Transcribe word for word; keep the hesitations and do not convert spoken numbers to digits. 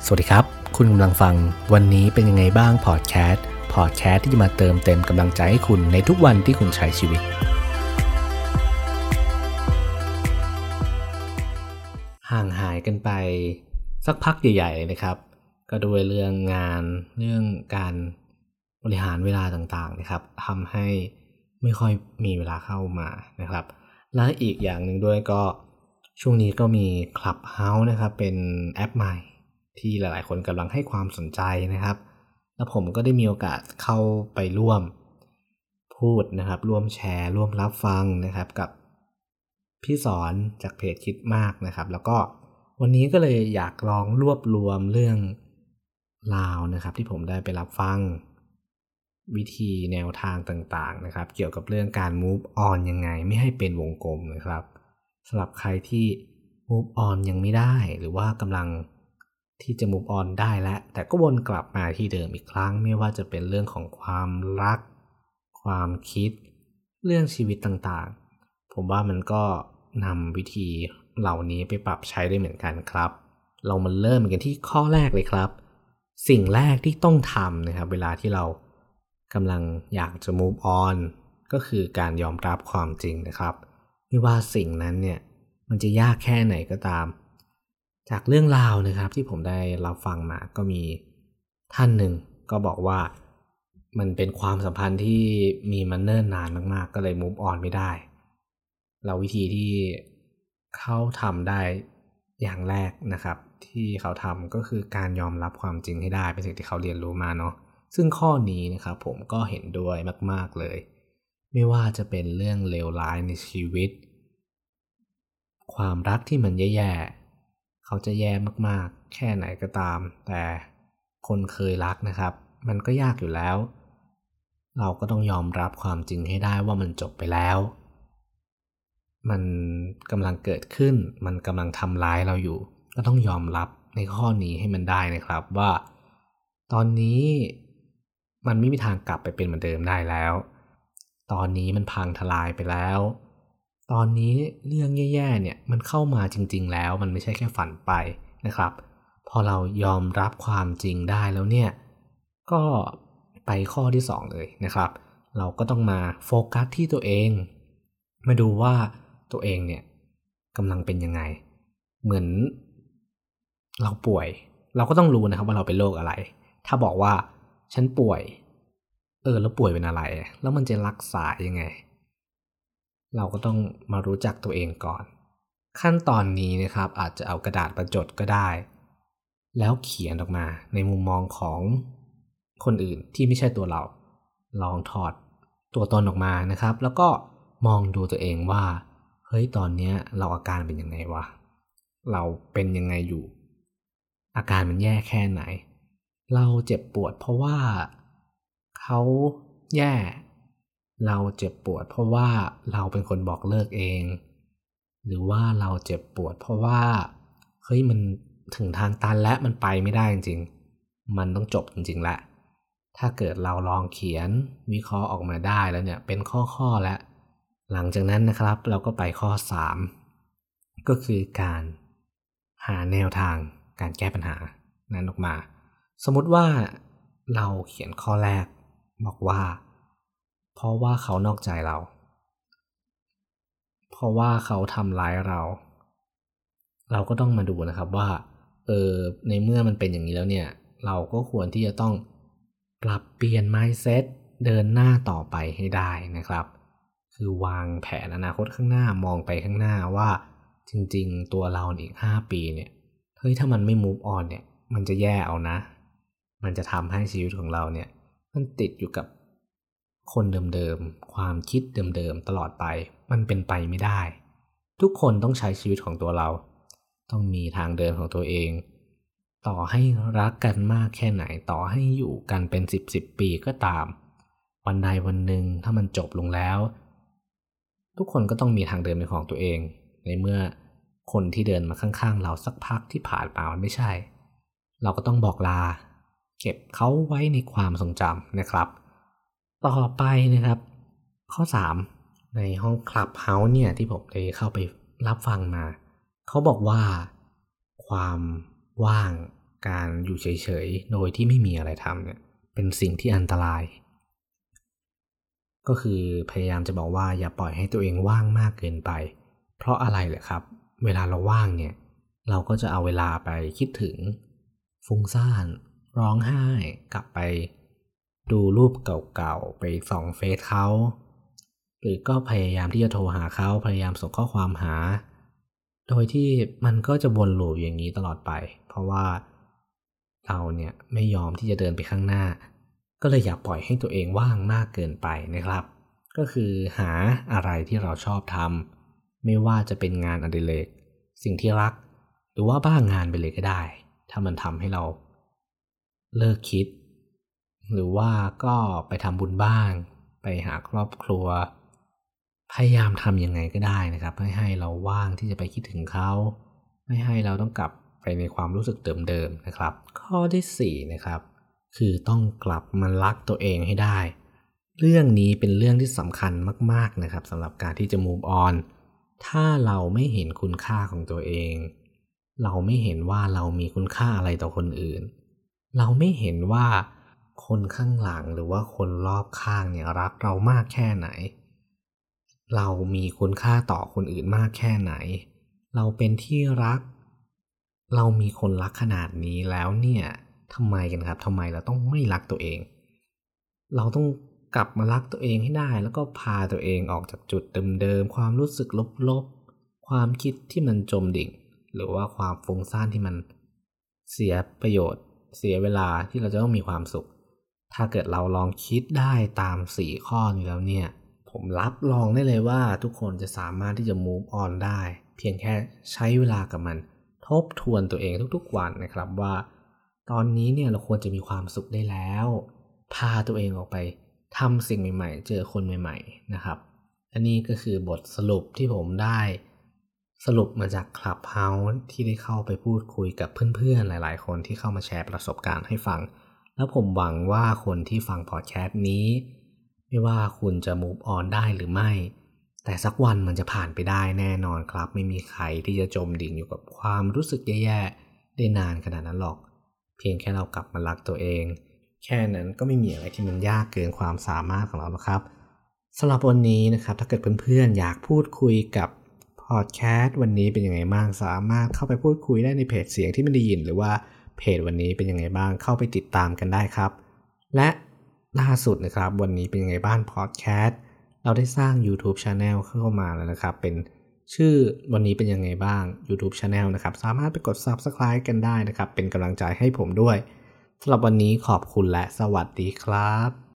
สวัสดีครับคุณกำลังฟังวันนี้เป็นยังไงบ้างพอดแคสต์พอดแคสต์ที่จะมาเติมเต็มกำลังใจให้คุณในทุกวันที่คุณใช้ชีวิตห่างหายกันไปสักพักใหญ่ๆนะครับก็ด้วยเรื่องงานเรื่องการบริหารเวลาต่างๆนะครับทำให้ไม่ค่อยมีเวลาเข้ามานะครับและอีกอย่างหนึ่งด้วยก็ช่วงนี้ก็มี Clubhouse นะครับเป็นแอปใหม่ที่หลายๆคนกำลังให้ความสนใจนะครับแล้วผมก็ได้มีโอกาสเข้าไปร่วมพูดนะครับร่วมแชร์ร่วมรับฟังนะครับกับพี่สอนจากเพจคิดมากนะครับแล้วก็วันนี้ก็เลยอยากลองรวบรวมเรื่องราวนะครับที่ผมได้ไปรับฟังวิธีแนวทางต่างๆนะครับเกี่ยวกับเรื่องการ move on ยังไงไม่ให้เป็นวงกลมนะครับสำหรับใครที่ move on ยังไม่ได้หรือว่ากำลังที่จะ move on ได้แล้วแต่ก็วนกลับมาที่เดิมอีกครั้งไม่ว่าจะเป็นเรื่องของความรักความคิดเรื่องชีวิตต่างๆผมว่ามันก็นำวิธีเหล่านี้ไปปรับใช้ได้เหมือนกันครับเรามาเริ่มกันที่ข้อแรกเลยครับสิ่งแรกที่ต้องทำนะครับเวลาที่เรากำลังอยากจะ move on ก็คือการยอมรับความจริงนะครับไม่ว่าสิ่งนั้นเนี่ยมันจะยากแค่ไหนก็ตามจากเรื่องราวนะครับที่ผมได้รับฟังมาก็มีท่านหนึ่งก็บอกว่ามันเป็นความสัมพันธ์ที่มีมาเนิ่นนานมากๆก็เลย move on ไม่ได้แล้ววิธีที่เขาทำได้อย่างแรกนะครับที่เขาทำก็คือการยอมรับความจริงให้ได้เป็นสิ่งที่เขาเรียนรู้มาเนาะซึ่งข้อนี้นะครับผมก็เห็นด้วยมากๆเลยไม่ว่าจะเป็นเรื่องเลวร้ายในชีวิตความรักที่มันแย่ๆเขาจะแย่มากๆแค่ไหนก็ตามแต่คนเคยรักนะครับมันก็ยากอยู่แล้วเราก็ต้องยอมรับความจริงให้ได้ว่ามันจบไปแล้วมันกำลังเกิดขึ้นมันกำลังทำร้ายเราอยู่ก็ต้องยอมรับในข้อนี้ให้มันได้นะครับว่าตอนนี้มันไม่มีทางกลับไปเป็นเหมือนเดิมได้แล้วตอนนี้มันพังทลายไปแล้วตอนนี้เรื่องแย่ๆเนี่ยมันเข้ามาจริงๆแล้วมันไม่ใช่แค่ฝันไปนะครับพอเรายอมรับความจริงได้แล้วเนี่ยก็ไปข้อที่สองเลยนะครับเราก็ต้องมาโฟกัสที่ตัวเองมาดูว่าตัวเองเนี่ยกำลังเป็นยังไงเหมือนเราป่วยเราก็ต้องรู้นะครับว่าเราเป็นโรคอะไรถ้าบอกว่าฉันป่วยเออแล้วป่วยเป็นอะไรแล้วมันจะรักษายังไงเราก็ต้องมารู้จักตัวเองก่อนขั้นตอนนี้นะครับอาจจะเอากระดาษมาจดก็ได้แล้วเขียนออกมาในมุมมองของคนอื่นที่ไม่ใช่ตัวเราลองถอดตัวตนออกมานะครับแล้วก็มองดูตัวเองว่าเฮ้ยตอนนี้เราอาการเป็นยังไงวะเราเป็นยังไงอยู่อาการมันแย่แค่ไหนเราเจ็บปวดเพราะว่าเขาแย่เราเจ็บปวดเพราะว่าเราเป็นคนบอกเลิกเองหรือว่าเราเจ็บปวดเพราะว่าเฮ้ยมันถึงทางตันและมันไปไม่ได้จริงๆมันต้องจบจริงๆแหละถ้าเกิดเราลองเขียนวิเคราะห์ออกมาได้แล้วเนี่ยเป็นข้อๆแล้วหลังจากนั้นนะครับเราก็ไปข้อสามก็คือการหาแนวทางการแก้ปัญหานั้นออกมาสมมติว่าเราเขียนข้อแรกบอกว่าเพราะว่าเขานอกใจเราเพราะว่าเขาทำร้ายเราเราก็ต้องมาดูนะครับว่าเออในเมื่อมันเป็นอย่างนี้แล้วเนี่ยเราก็ควรที่จะต้องปรับเปลี่ยน mindset เดินหน้าต่อไปให้ได้นะครับคือวางแผนอนาคตข้างหน้ามองไปข้างหน้าว่าจริงๆตัวเราอีกห้าปีเนี่ยเฮ้ยถ้ามันไม่ move on เนี่ยมันจะแย่เอานะมันจะทำให้ชีวิตของเราเนี่ยมันติดอยู่กับคนเดิมๆความคิดเดิมๆตลอดไปมันเป็นไปไม่ได้ทุกคนต้องใช้ชีวิตของตัวเราต้องมีทางเดินของตัวเองต่อให้รักกันมากแค่ไหนต่อให้อยู่กันเป็นสิบสิบปีก็ตามวันใดวันหนึ่งถ้ามันจบลงแล้วทุกคนก็ต้องมีทางเดินเป็นของตัวเองในเมื่อคนที่เดินมาข้างๆเราสักพักที่ผ่านมามันไม่ใช่เราก็ต้องบอกลาเก็บเขาไว้ในความทรงจำนะครับต่อไปนะครับข้อสามในห้อง Clubhouse เนี่ยที่ผมได้เข้าไปรับฟังมาเขาบอกว่าความว่างการอยู่เฉยๆโดยที่ไม่มีอะไรทำเนี่ยเป็นสิ่งที่อันตรายก็คือพยายามจะบอกว่าอย่าปล่อยให้ตัวเองว่างมากเกินไปเพราะอะไรเหรอครับเวลาเราว่างเนี่ยเราก็จะเอาเวลาไปคิดถึงฟุ้งซ่านร้องไห้กลับไปดูรูปเก่าๆไปส่องเฟซเขาหรือก็พยายามที่จะโทรหาเขาพยายามส่งข้อความหาโดยที่มันก็จะวนลูปอย่างนี้ตลอดไปเพราะว่าเราเนี่ยไม่ยอมที่จะเดินไปข้างหน้าก็เลยอย่าปล่อยให้ตัวเองว่างมากเกินไปนะครับก็คือหาอะไรที่เราชอบทำไม่ว่าจะเป็นงานอดิเรกสิ่งที่รักหรือว่าบ้างงานไปเลยก็ได้ถ้ามันทำให้เราเลิกคิดหรือว่าก็ไปทำบุญบ้างไปหาครอบครัวพยายามทำยังไงก็ได้นะครับไม่ให้เราว่างที่จะไปคิดถึงเขาไม่ให้เราต้องกลับไปในความรู้สึกเดิมๆนะครับข้อที่สี่นะครับคือต้องกลับมารักตัวเองให้ได้เรื่องนี้เป็นเรื่องที่สำคัญมากๆนะครับสำหรับการที่จะ move on ถ้าเราไม่เห็นคุณค่าของตัวเองเราไม่เห็นว่าเรามีคุณค่าอะไรต่อคนอื่นเราไม่เห็นว่าคนข้างหลังหรือว่าคนรอบข้างเนี่ยรักเรามากแค่ไหนเรามีคุณค่าต่อคนอื่นมากแค่ไหนเราเป็นที่รักเรามีคนรักขนาดนี้แล้วเนี่ยทำไมกันครับทำไมเราต้องไม่รักตัวเองเราต้องกลับมารักตัวเองให้ได้แล้วก็พาตัวเองออกจากจุดเดิมๆความรู้สึกลบๆความคิดที่มันจมดิ่งหรือว่าความฟุ้งซ่านที่มันเสียประโยชน์เสียเวลาที่เราจะต้องมีความสุขถ้าเกิดเราลองคิดได้ตามสี่ข้อนี้แล้วเนี่ยผมรับรองได้เลยว่าทุกคนจะสามารถที่จะ move on ได้เพียงแค่ใช้เวลากับมันทบทวนตัวเองทุกๆวันนะครับว่าตอนนี้เนี่ยเราควรจะมีความสุขได้แล้วพาตัวเองออกไปทำสิ่งใหม่ๆเจอคนใหม่ๆนะครับอันนี้ก็คือบทสรุปที่ผมได้สรุปมาจาก Clubhouse ที่ได้เข้าไปพูดคุยกับเพื่อนๆหลายๆคนที่เข้ามาแชร์ประสบการณ์ให้ฟังแล้วผมหวังว่าคนที่ฟังพอดแคสต์นี้ไม่ว่าคุณจะ move on ได้หรือไม่แต่สักวันมันจะผ่านไปได้แน่นอนครับไม่มีใครที่จะจมดิ่งอยู่กับความรู้สึกแย่ๆได้นานขนาดนั้นหรอกเพียงแค่เรากลับมารักตัวเองแค่นั้นก็ไม่มีอะไรที่มันยากเกินความสามารถของเราหรอกครับสำหรับวันนี้นะครับถ้าเกิดเพื่อนๆอยากพูดคุยกับพอดแคสต์วันนี้เป็นยังไงบ้างสามารถเข้าไปพูดคุยได้ในเพจเสียงที่ไม่ได้ยินหรือว่าเพจวันนี้เป็นยังไงบ้างเข้าไปติดตามกันได้ครับและล่าสุดนะครับวันนี้เป็นยังไงบ้างพอดแคสต์เราได้สร้าง YouTube Channel เข้ามาแล้วนะครับเป็นชื่อวันนี้เป็นยังไงบ้าง YouTube Channel นะครับสามารถไปกด Subscribe กันได้นะครับเป็นกำลังใจให้ผมด้วยสำหรับวันนี้ขอบคุณและสวัสดีครับ